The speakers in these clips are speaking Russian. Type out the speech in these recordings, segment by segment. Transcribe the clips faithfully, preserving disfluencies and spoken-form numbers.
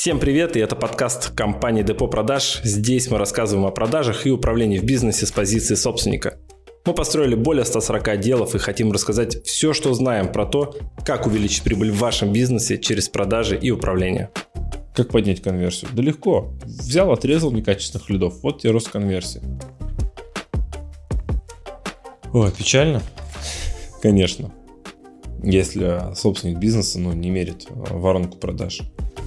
Всем привет, и это подкаст компании Депо Продаж. Здесь мы рассказываем о продажах и управлении в бизнесе с позиции собственника. Мы построили более ста сорока отделов и хотим рассказать все, что знаем про то, как увеличить прибыль в вашем бизнесе через продажи и управление. Как поднять конверсию? Да легко. Взял, отрезал некачественных лидов. Вот тебе рост конверсии. Ой, печально? Конечно. Если собственник бизнеса ну, не мерит воронку продаж.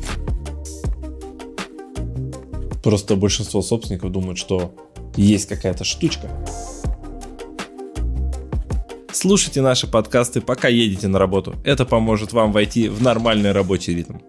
Просто большинство собственников думают, что есть какая-то штучка. Слушайте наши подкасты, пока едете на работу. Это поможет вам войти в нормальный рабочий ритм.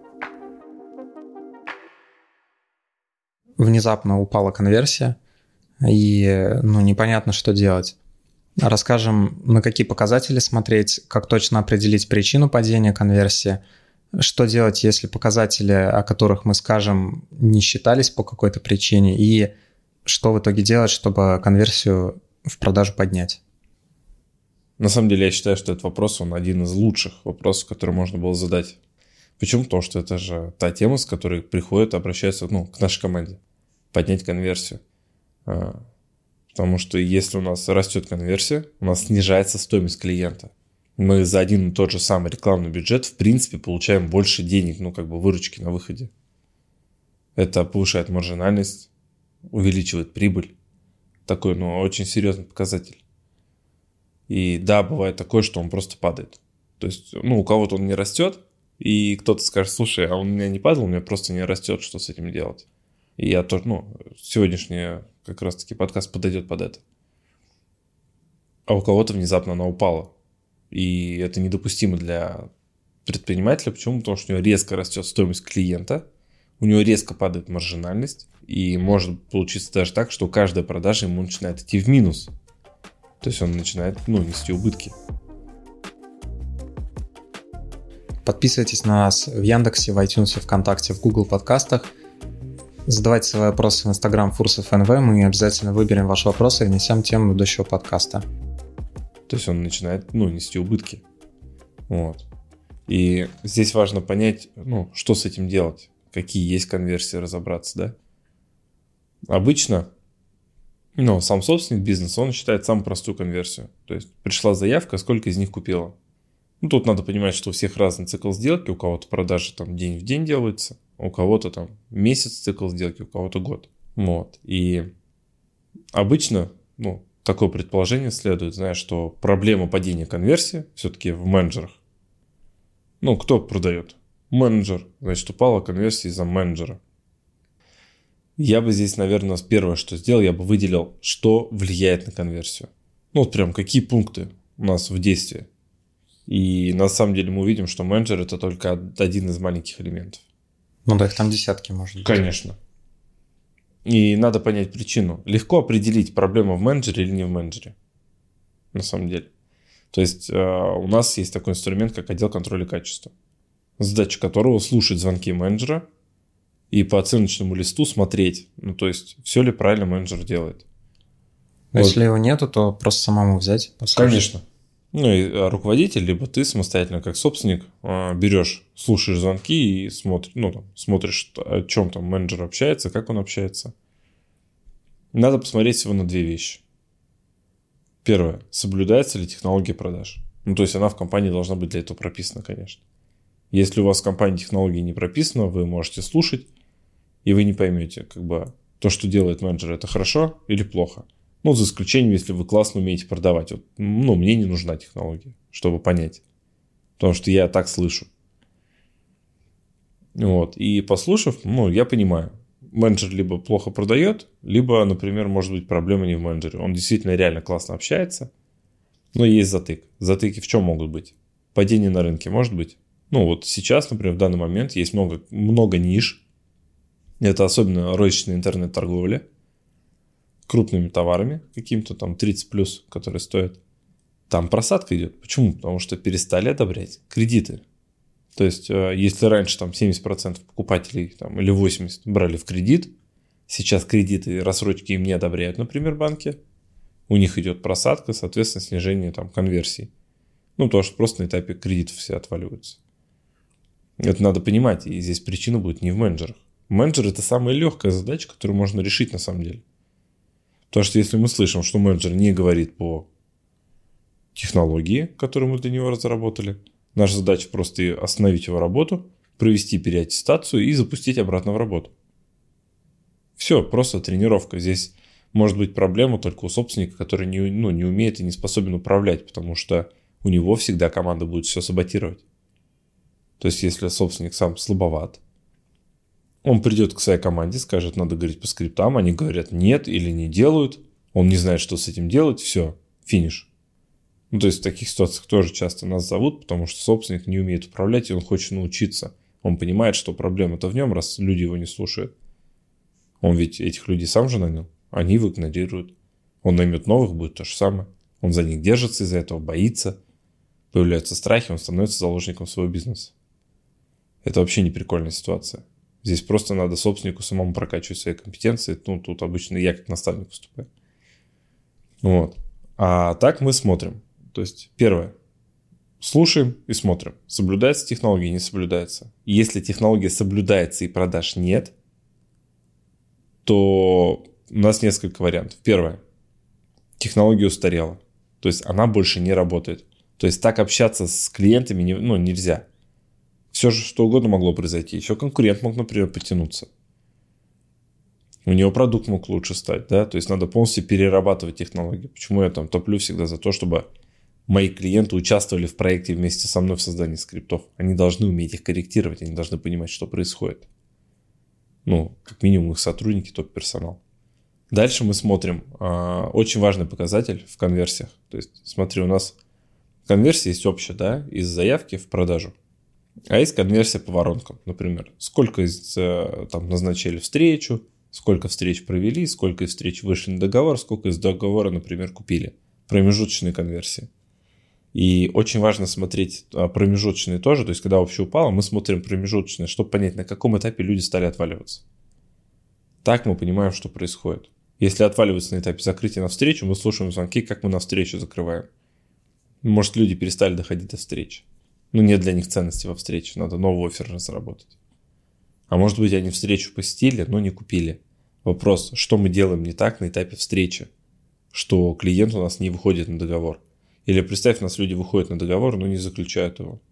Внезапно упала конверсия, и ну, непонятно, что делать. Расскажем, на какие показатели смотреть, как точно определить причину падения конверсии, что делать, если показатели, о которых мы скажем, не считались по какой-то причине, и что в итоге делать, чтобы конверсию в продажу поднять. На самом деле, я считаю, что этот вопрос, он один из лучших вопросов, который можно было задать. Почему? Потому что это же та тема, с которой приходят, обращаются ну, к нашей команде. Поднять конверсию. Потому что если у нас растет конверсия, у нас снижается стоимость клиента. Мы за один и тот же самый рекламный бюджет, в принципе, получаем больше денег, ну, как бы выручки на выходе. Это повышает маржинальность, увеличивает прибыль. Такой, ну, очень серьезный показатель. И да, бывает такое, что он просто падает. То есть, ну, у кого-то он не растет, и кто-то скажет, слушай, а он у меня не падал, у меня просто не растет, что с этим делать? И я тоже, ну, сегодняшний как раз-таки подкаст подойдет под это. А у кого-то внезапно она упала. И это недопустимо для предпринимателя. Почему? Потому что у него резко растет стоимость клиента, у него резко падает маржинальность, и может получиться даже так, что каждая продажа ему начинает идти в минус. То есть он начинает ну, нести убытки. Подписывайтесь на нас в Яндексе, в iTunes, ВКонтакте, в Google подкастах. Задавайте свои вопросы в Instagram Фурсов эн вэ. Мы обязательно выберем ваши вопросы и внесем тему будущего подкаста. То есть он начинает ну, нести убытки. Вот. И здесь важно понять, ну, что с этим делать. Какие есть конверсии, разобраться, да? Обычно ну, сам собственник бизнеса, он считает самую простую конверсию. То есть пришла заявка, сколько из них купила. Ну, тут надо понимать, что у всех разный цикл сделки. У кого-то продажи там день в день делаются, у кого-то там месяц цикл сделки, у кого-то год. Вот. И обычно, ну, такое предположение следует, знаешь, что проблема падения конверсии все-таки в менеджерах. Ну, кто продает? Менеджер. Значит, упала конверсия из-за менеджера. Я бы здесь, наверное, первое, что сделал, я бы выделил, что влияет на конверсию. Ну, вот прям какие пункты у нас в действии. И на самом деле мы увидим, что менеджер – это только один из маленьких элементов. Ну да, их там десятки, может быть. Конечно. И надо понять причину. Легко определить, проблема в менеджере или не в менеджере. На самом деле. То есть э, у нас есть такой инструмент, как отдел контроля качества, задача которого слушать звонки менеджера и по оценочному листу смотреть, ну то есть все ли правильно менеджер делает. Вот. Если его нету, то просто самому взять. Послушать. Конечно. Ну и руководитель, либо ты самостоятельно как собственник берешь, слушаешь звонки и смотришь, ну, там, смотришь, о чем там менеджер общается, как он общается. Надо посмотреть всего на две вещи. Первое. Соблюдается ли технология продаж? Ну, то есть она в компании должна быть для этого прописана, конечно. Если у вас в компании технология не прописана, вы можете слушать, и вы не поймете, как бы то, что делает менеджер, это хорошо или плохо. Ну, за исключением, если вы классно умеете продавать. Вот, ну, мне не нужна технология, чтобы понять. Потому что я так слышу. Вот. И послушав, ну, я понимаю. Менеджер либо плохо продает, либо, например, может быть проблема не в менеджере. Он действительно реально классно общается, но есть затык. Затыки в чем могут быть? Падение на рынке может быть. Ну, вот сейчас, например, в данный момент есть много, много ниш. Это особенно розничная интернет-торговля. Крупными товарами, каким-то там тридцать плюс, которые стоят, там просадка идет. Почему? Потому что перестали одобрять кредиты. То есть, если раньше там семьдесят процентов покупателей там, или восемьдесят процентов брали в кредит, сейчас кредиты, рассрочки им не одобряют, например, банки, у них идет просадка, соответственно, снижение там конверсий. Ну, потому что просто на этапе кредитов все отваливаются. Это надо понимать, и здесь причина будет не в менеджерах. Менеджер – это самая легкая задача, которую можно решить на самом деле. Потому что если мы слышим, что менеджер не говорит по технологии, которую мы для него разработали, наша задача просто остановить его работу, провести переаттестацию и запустить обратно в работу. Все, просто тренировка. Здесь может быть проблема только у собственника, который не, ну, не умеет и не способен управлять, потому что у него всегда команда будет все саботировать. То есть, если собственник сам слабоват, он придет к своей команде, скажет, надо говорить по скриптам, они говорят нет или не делают, он не знает, что с этим делать, все, финиш. Ну, то есть, в таких ситуациях тоже часто нас зовут, потому что собственник не умеет управлять, и он хочет научиться. Он понимает, что проблема-то в нем, раз люди его не слушают. Он ведь этих людей сам же нанял, они его игнорируют. Он наймет новых, будет то же самое. Он за них держится, из-за этого боится. Появляются страхи, он становится заложником своего бизнеса. Это вообще не прикольная ситуация. Здесь просто надо собственнику самому прокачивать свои компетенции. Ну, тут обычно я как наставник выступаю. Вот. А так мы смотрим. То есть, первое. Слушаем и смотрим. Соблюдается технология, не соблюдается. И если технология соблюдается и продаж нет, то у нас несколько вариантов. Первое. Технология устарела. То есть, она больше не работает. То есть, так общаться с клиентами не, ну, нельзя. Все же что угодно могло произойти. Еще конкурент мог, например, потянуться. У него продукт мог лучше стать. Да? То есть, надо полностью перерабатывать технологии. Почему я там топлю всегда за то, чтобы мои клиенты участвовали в проекте вместе со мной в создании скриптов. Они должны уметь их корректировать. Они должны понимать, что происходит. Ну, как минимум их сотрудники, топ-персонал. Дальше мы смотрим. Э, очень важный показатель в конверсиях. То есть, смотри, у нас конверсия есть общая, да, из заявки в продажу. А есть конверсия по воронкам, например. Сколько из, там назначили встречу, сколько встреч провели, сколько из встреч вышли на договор, сколько из договора, например, купили. Промежуточные конверсии. И очень важно смотреть промежуточные тоже. То есть, когда общее упало, мы смотрим промежуточные, чтобы понять, на каком этапе люди стали отваливаться. Так мы понимаем, что происходит. Если отваливаются на этапе закрытия на встречу, мы слушаем звонки, как мы на встречу закрываем. Может, люди перестали доходить до встречи. Ну, нет для них ценности во встрече, надо новый оффер разработать. А может быть, они встречу посетили, но не купили. Вопрос, что мы делаем не так на этапе встречи, что клиент у нас не выходит на договор. Или представь, у нас люди выходят на договор, но не заключают его.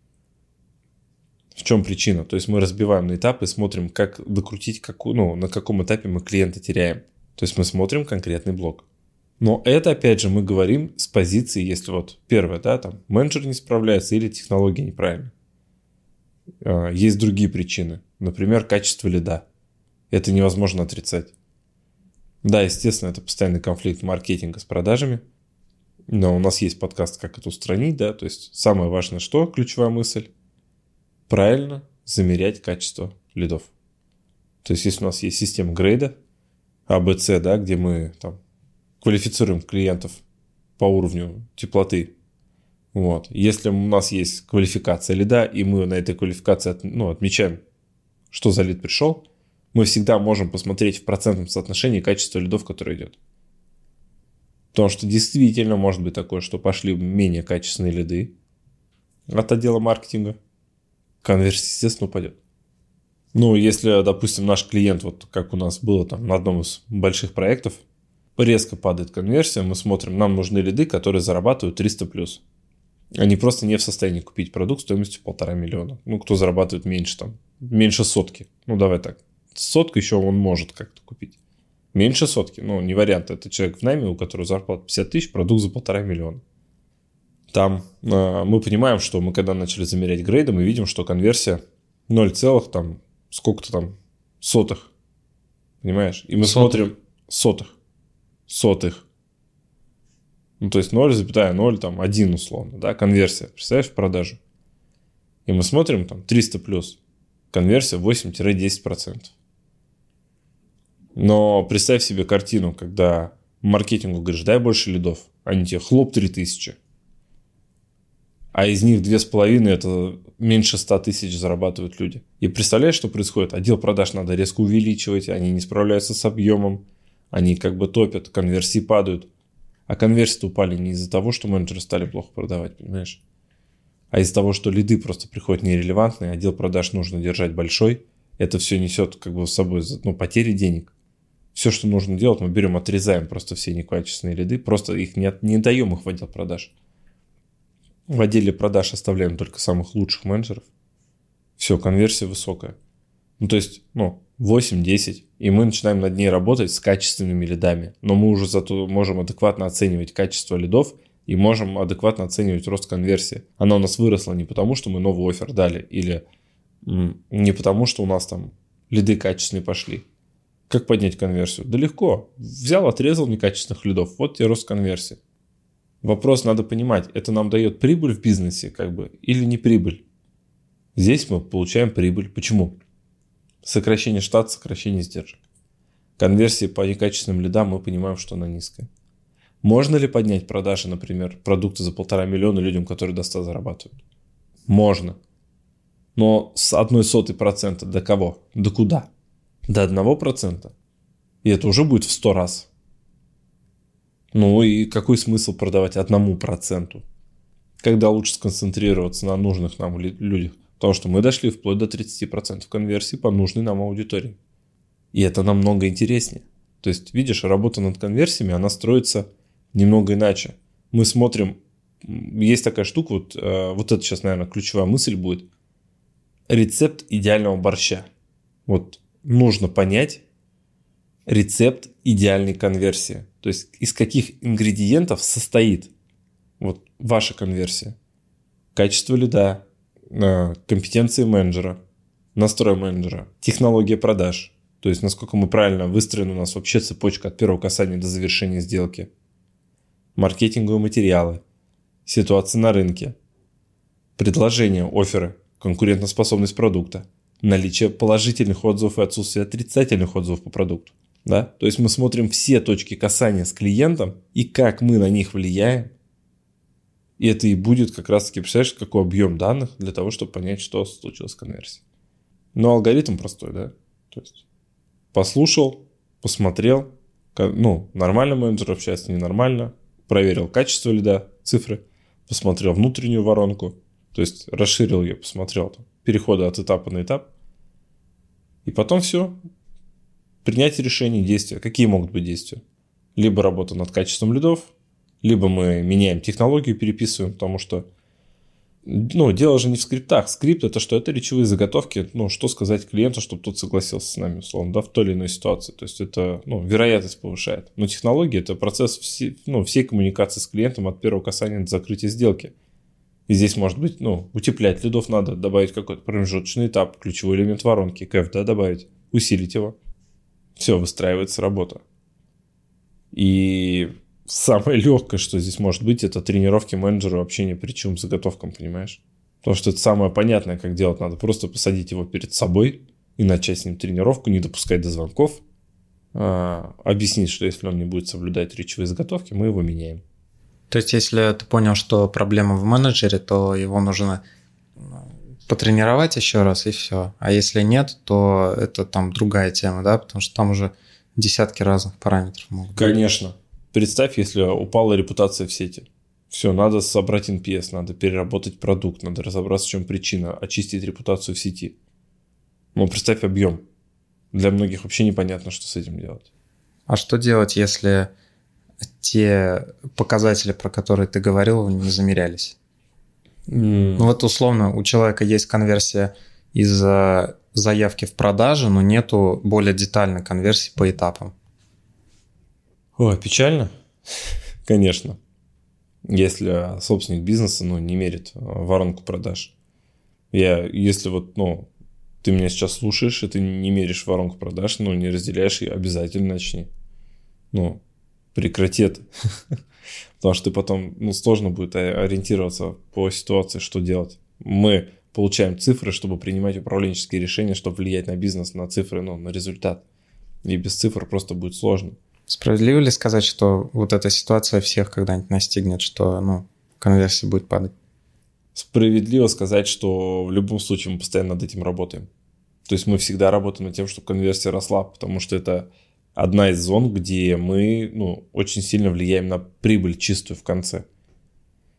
В чем причина? То есть мы разбиваем на этапы и смотрим, как докрутить, как, ну, на каком этапе мы клиента теряем. То есть мы смотрим конкретный блок. Но это, опять же, мы говорим с позиции, если вот первое, да, там менеджер не справляется или технология неправильная. Есть другие причины. Например, качество лида. Это невозможно отрицать. Да, естественно, это постоянный конфликт маркетинга с продажами. Но у нас есть подкаст «Как это устранить», да, то есть самое важное, что ключевая мысль – правильно замерять качество лидов. То есть если у нас есть система грейда, А, Б, С, да, где мы там квалифицируем клиентов по уровню теплоты, вот. Если у нас есть квалификация лида, и мы на этой квалификации ну, отмечаем, что за лид пришел, мы всегда можем посмотреть в процентном соотношении качество лидов, которое идет. Потому что действительно может быть такое, что пошли менее качественные лиды от отдела маркетинга. Конверсия, естественно, упадет. Ну, если, допустим, наш клиент, вот как у нас было там на одном из больших проектов, резко падает конверсия, мы смотрим, нам нужны лиды, которые зарабатывают триста плюс. Они просто не в состоянии купить продукт стоимостью полтора миллиона. Ну, кто зарабатывает меньше там, меньше сотки. Ну, давай так. Сотку еще он может как-то купить. Меньше сотки, ну, не вариант. Это человек в найме, у которого зарплата пятьдесят тысяч, продукт за полтора миллиона. Там э, мы понимаем, что мы когда начали замерять грейды, мы видим, что конверсия ноль целых там, сколько-то там сотых. Понимаешь? И мы сотых. смотрим сотых. Сотых. Ну, то есть ноль целых ноль один условно, да, конверсия. Представляешь, в продажу. И мы смотрим там триста плюс. Конверсия восемь-десять процентов. Но представь себе картину, когда маркетингу говоришь, дай больше лидов, они тебе хлоп три тысячи. А из них две с половиной это меньше ста тысяч зарабатывают люди. И представляешь, что происходит? Отдел продаж надо резко увеличивать, они не справляются с объемом, они как бы топят, конверсии падают. А конверсии упали не из-за того, что менеджеры стали плохо продавать, понимаешь? А из-за того, что лиды просто приходят нерелевантные, отдел продаж нужно держать большой, это все несет как бы с собой ну, потери денег. Все, что нужно делать, мы берем, отрезаем просто все некачественные лиды, просто их не, не даем их в отдел продаж. В отделе продаж оставляем только самых лучших менеджеров. Все, конверсия высокая. Ну, то есть, ну, восемь-десять, и мы начинаем над ней работать с качественными лидами. Но мы уже зато можем адекватно оценивать качество лидов и можем адекватно оценивать рост конверсии. Она у нас выросла не потому, что мы новый оффер дали, или м, не потому, что у нас там лиды качественные пошли. Как поднять конверсию? Да легко. Взял, отрезал некачественных лидов. Вот тебе рост конверсии. Вопрос надо понимать, это нам дает прибыль в бизнесе как бы или не прибыль? Здесь мы получаем прибыль. Почему? Сокращение штата, сокращение издержек. Конверсия по некачественным лидам мы понимаем, что она низкая. Можно ли поднять продажи, например, продукты за полтора миллиона людям, которые до ста зарабатывают? Можно. Но с одной сотой процента до кого? До куда? До одного процента. И это уже будет в сто раз. Ну и какой смысл продавать одному проценту? Когда лучше сконцентрироваться на нужных нам людях? Потому что мы дошли вплоть до тридцати процентов конверсии по нужной нам аудитории. И это намного интереснее. То есть, видишь, работа над конверсиями, она строится немного иначе. Мы смотрим, есть такая штука, вот, вот это сейчас, наверное, ключевая мысль будет. Рецепт идеального борща. Вот нужно понять рецепт идеальной конверсии. То есть, из каких ингредиентов состоит вот ваша конверсия. Качество лида, компетенции менеджера, настрой менеджера, технология продаж. То есть, насколько мы правильно выстроена у нас вообще цепочка от первого касания до завершения сделки. Маркетинговые материалы, ситуация на рынке, предложения, офферы, конкурентоспособность продукта, наличие положительных отзывов и отсутствие отрицательных отзывов по продукту. Да? То есть, мы смотрим все точки касания с клиентом и как мы на них влияем. И это и будет как раз-таки, представляешь, какой объем данных для того, чтобы понять, что случилось с конверсией. Но алгоритм простой, да? То есть послушал, посмотрел, ну, нормально менеджер общается, ненормально, проверил качество лида, цифры, посмотрел внутреннюю воронку, то есть расширил ее, посмотрел там, переходы от этапа на этап. И потом все, принять решение, действия. Какие могут быть действия? Либо работа над качеством лидов, либо мы меняем технологию, переписываем, потому что ну, дело же не в скриптах. Скрипт – это что? Это речевые заготовки. Ну, что сказать клиенту, чтобы тот согласился с нами, условно, да, в той или иной ситуации. То есть, это ну, вероятность повышает. Но технология – это процесс все, ну, всей коммуникации с клиентом от первого касания до закрытия сделки. И здесь может быть, ну, утеплять лидов надо, добавить какой-то промежуточный этап, ключевой элемент воронки, кэф, да, добавить, усилить его. Все, выстраивается работа. И самое легкое, что здесь может быть, это тренировки менеджера общения причем заготовкам, понимаешь? Потому что это самое понятное, как делать. Надо просто посадить его перед собой и начать с ним тренировку, не допускать до звонков, а, объяснить, что если он не будет соблюдать речевые заготовки, мы его меняем. То есть, если ты понял, что проблема в менеджере, то его нужно потренировать еще раз и все. А если нет, то это там другая тема, да? Потому что там уже десятки разных параметров могут быть. Конечно. Представь, если упала репутация в сети. Все, надо собрать эн пи эс, надо переработать продукт, надо разобраться, в чем причина, очистить репутацию в сети. Ну, представь объем. Для многих вообще непонятно, что с этим делать. А что делать, если те показатели, про которые ты говорил, не замерялись? Mm. Ну вот условно у человека есть конверсия из-за заявки в продаже, но нету более детальной конверсии по этапам. Ой, печально? Конечно. Если собственник бизнеса ну, не мерит воронку продаж. Я, если вот, ну, ты меня сейчас слушаешь, и ты не меришь воронку продаж, ну, не разделяешь ее, обязательно начни. Ну, прекрати это. Потому что ты потом, ну, сложно будет ориентироваться по ситуации, что делать. Мы получаем цифры, чтобы принимать управленческие решения, чтобы влиять на бизнес, на цифры, ну, на результат. И без цифр просто будет сложно. Справедливо ли сказать, что вот эта ситуация всех когда-нибудь настигнет, что ну, конверсия будет падать? Справедливо сказать, что в любом случае мы постоянно над этим работаем. То есть мы всегда работаем над тем, чтобы конверсия росла, потому что это одна из зон, где мы ну, очень сильно влияем на прибыль чистую в конце.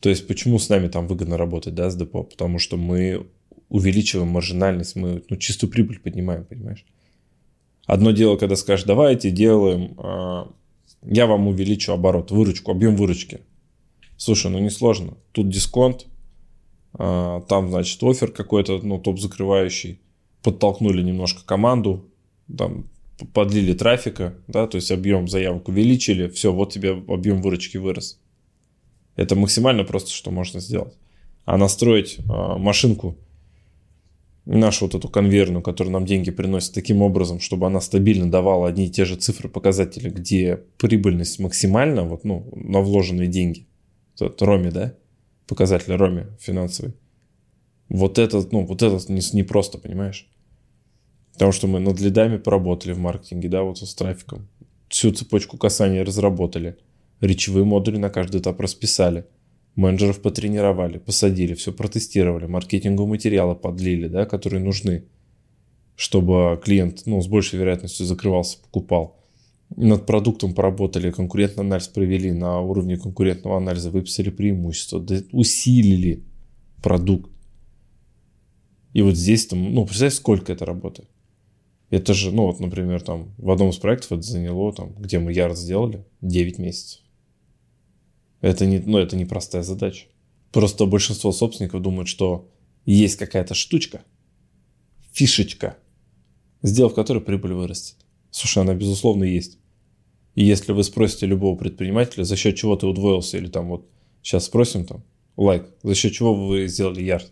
То есть, почему с нами там выгодно работать, да, с депо? Потому что мы увеличиваем маржинальность, мы ну, чистую прибыль поднимаем, понимаешь? Одно дело, когда скажешь, давайте делаем, э, я вам увеличу оборот, выручку, объем выручки. Слушай, ну несложно. Тут дисконт, э, там, значит, оффер какой-то, ну, топ-закрывающий. Подтолкнули немножко команду, там, подлили трафика, да, то есть объем заявок увеличили, все, вот тебе объем выручки вырос. Это максимально просто, что можно сделать. А настроить э, машинку, нашу вот эту конвейерную, которая нам деньги приносит, таким образом, чтобы она стабильно давала одни и те же цифры, показатели, где прибыльность максимальна, вот, ну, на вложенные деньги. Это Роми, да? Показатель Роми финансовый. Вот это, ну, вот это не, не просто, понимаешь? Потому что мы над лидами поработали в маркетинге, да, вот с трафиком. Всю цепочку касания разработали. Речевые модули на каждый этап расписали. Менеджеров потренировали, посадили, все протестировали. Маркетинговые материалы подлили, да, которые нужны, чтобы клиент, ну, с большей вероятностью закрывался, покупал. Над продуктом поработали, конкурентный анализ провели, на уровне конкурентного анализа выписали преимущества, усилили продукт. И вот здесь, там, ну, представь, сколько это работает. Это же, ну, вот, например, там, в одном из проектов это заняло, там, где мы ярд сделали, девять месяцев. Это не, ну, это не простая задача. Просто большинство собственников думают, что есть какая-то штучка, фишечка, сделав которой прибыль вырастет. Слушай, она, безусловно, есть. И если вы спросите любого предпринимателя, за счет чего ты удвоился, или там вот сейчас спросим там, лайк, за счет чего вы сделали ярд?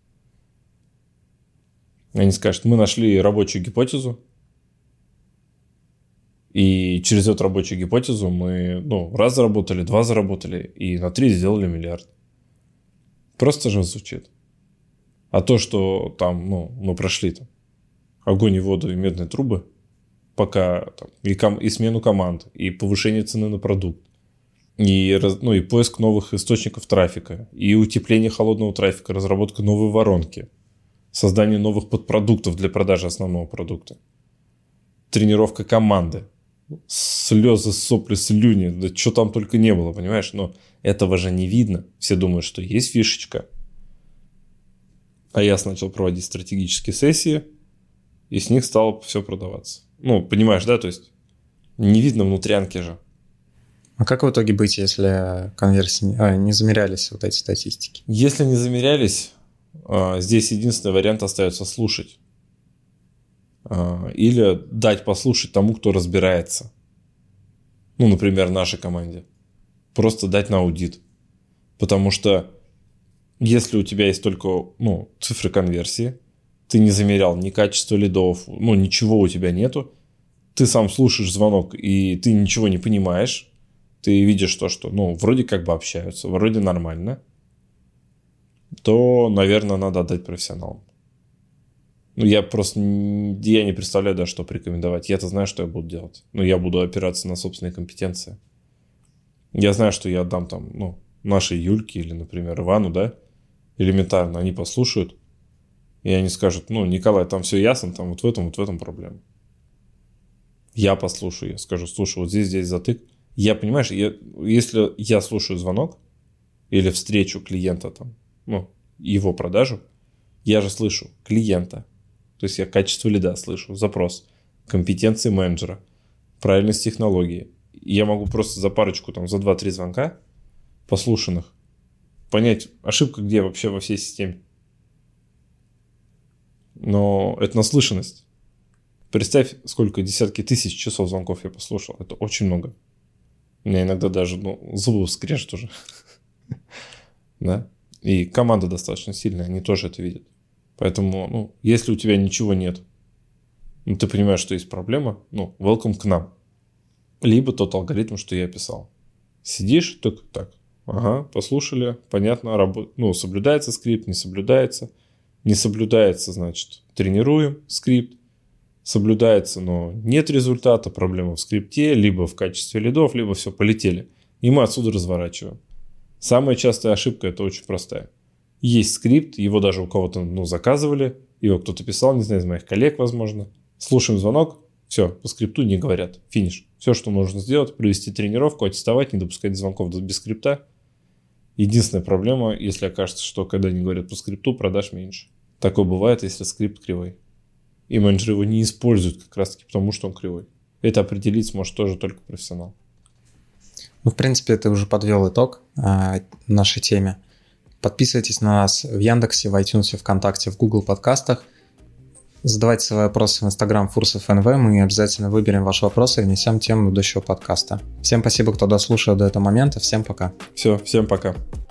Они скажут, мы нашли рабочую гипотезу, и через эту рабочую гипотезу мы, ну, раз заработали, два заработали, и на три сделали миллиард. Просто же звучит. А то, что там, ну, мы прошли там огонь и воду и медные трубы, пока там, и, ком- и смену команд, и повышение цены на продукт, и, ну, и поиск новых источников трафика, и утепление холодного трафика, разработка новой воронки, создание новых подпродуктов для продажи основного продукта, тренировка команды, слезы, сопли, слюни, да что там только не было, понимаешь? Но этого же не видно. Все думают, что есть фишечка. А я начал проводить стратегические сессии, и с них стало все продаваться. Ну, понимаешь, да? То есть не видно внутрянки же. А как в итоге быть, если конверсии а, не замерялись вот эти статистики? Если не замерялись, здесь единственный вариант остается слушать. Или дать послушать тому, кто разбирается. Ну, например, нашей команде. Просто дать на аудит. Потому что если у тебя есть только, ну, цифры конверсии, ты не замерял ни качество лидов, ну, ничего у тебя нету, ты сам слушаешь звонок, и ты ничего не понимаешь, ты видишь то, что, ну, вроде как бы общаются, вроде нормально, то, наверное, надо отдать профессионалам. Ну, я просто я не представляю, да, что порекомендовать. Я-то знаю, что я буду делать. Ну, я буду опираться на собственные компетенции. Я знаю, что я отдам там, ну, нашей Юльке или, например, Ивану, да, элементарно. Они послушают, и они скажут, ну, Николай, там все ясно, там вот в этом, вот в этом проблема. Я послушаю, я скажу, слушай, вот здесь, здесь затык. Я, понимаешь, я, если я слушаю звонок или встречу клиента, там, ну, его продажу, я же слышу клиента. То есть я качество лида слышу, запрос, компетенции менеджера, правильность технологии. И я могу просто за парочку, там, за два-три звонка послушанных понять, ошибка где вообще во всей системе. Но это наслышанность. Представь, сколько десятки тысяч часов звонков я послушал. Это очень много. У меня иногда даже, ну, зубы скрежет уже. Да? И команда достаточно сильная, они тоже это видят. Поэтому, ну, если у тебя ничего нет, ну, ты понимаешь, что есть проблема, ну, welcome к нам. Либо тот алгоритм, что я описал. Сидишь, так, так, ага, послушали, понятно, работ... ну, соблюдается скрипт, не соблюдается. Не соблюдается, значит, тренируем скрипт. Соблюдается, но нет результата, проблема в скрипте, либо в качестве лидов, либо все, полетели. И мы отсюда разворачиваем. Самая частая ошибка, это очень простая. Есть скрипт, его даже у кого-то, ну, заказывали, его кто-то писал, не знаю, из моих коллег, возможно. Слушаем звонок, все, по скрипту не говорят, финиш. Все, что нужно сделать, провести тренировку, аттестовать, не допускать звонков без скрипта, Единственная проблема, если окажется, что когда они говорят по скрипту, продаж меньше. Такое бывает, если скрипт кривой. И менеджеры его не используют как раз-таки потому, что он кривой. Это определить сможет тоже только профессионал. Ну, в принципе, ты уже подвел итог э, нашей теме. Подписывайтесь на нас в Яндексе, в iTunes, ВКонтакте, в Google подкастах. Задавайте свои вопросы в Instagram Фурсов эн вэ. Мы обязательно выберем ваши вопросы и внесем тему будущего подкаста. Всем спасибо, кто дослушал до этого момента. Всем пока. Все, всем пока.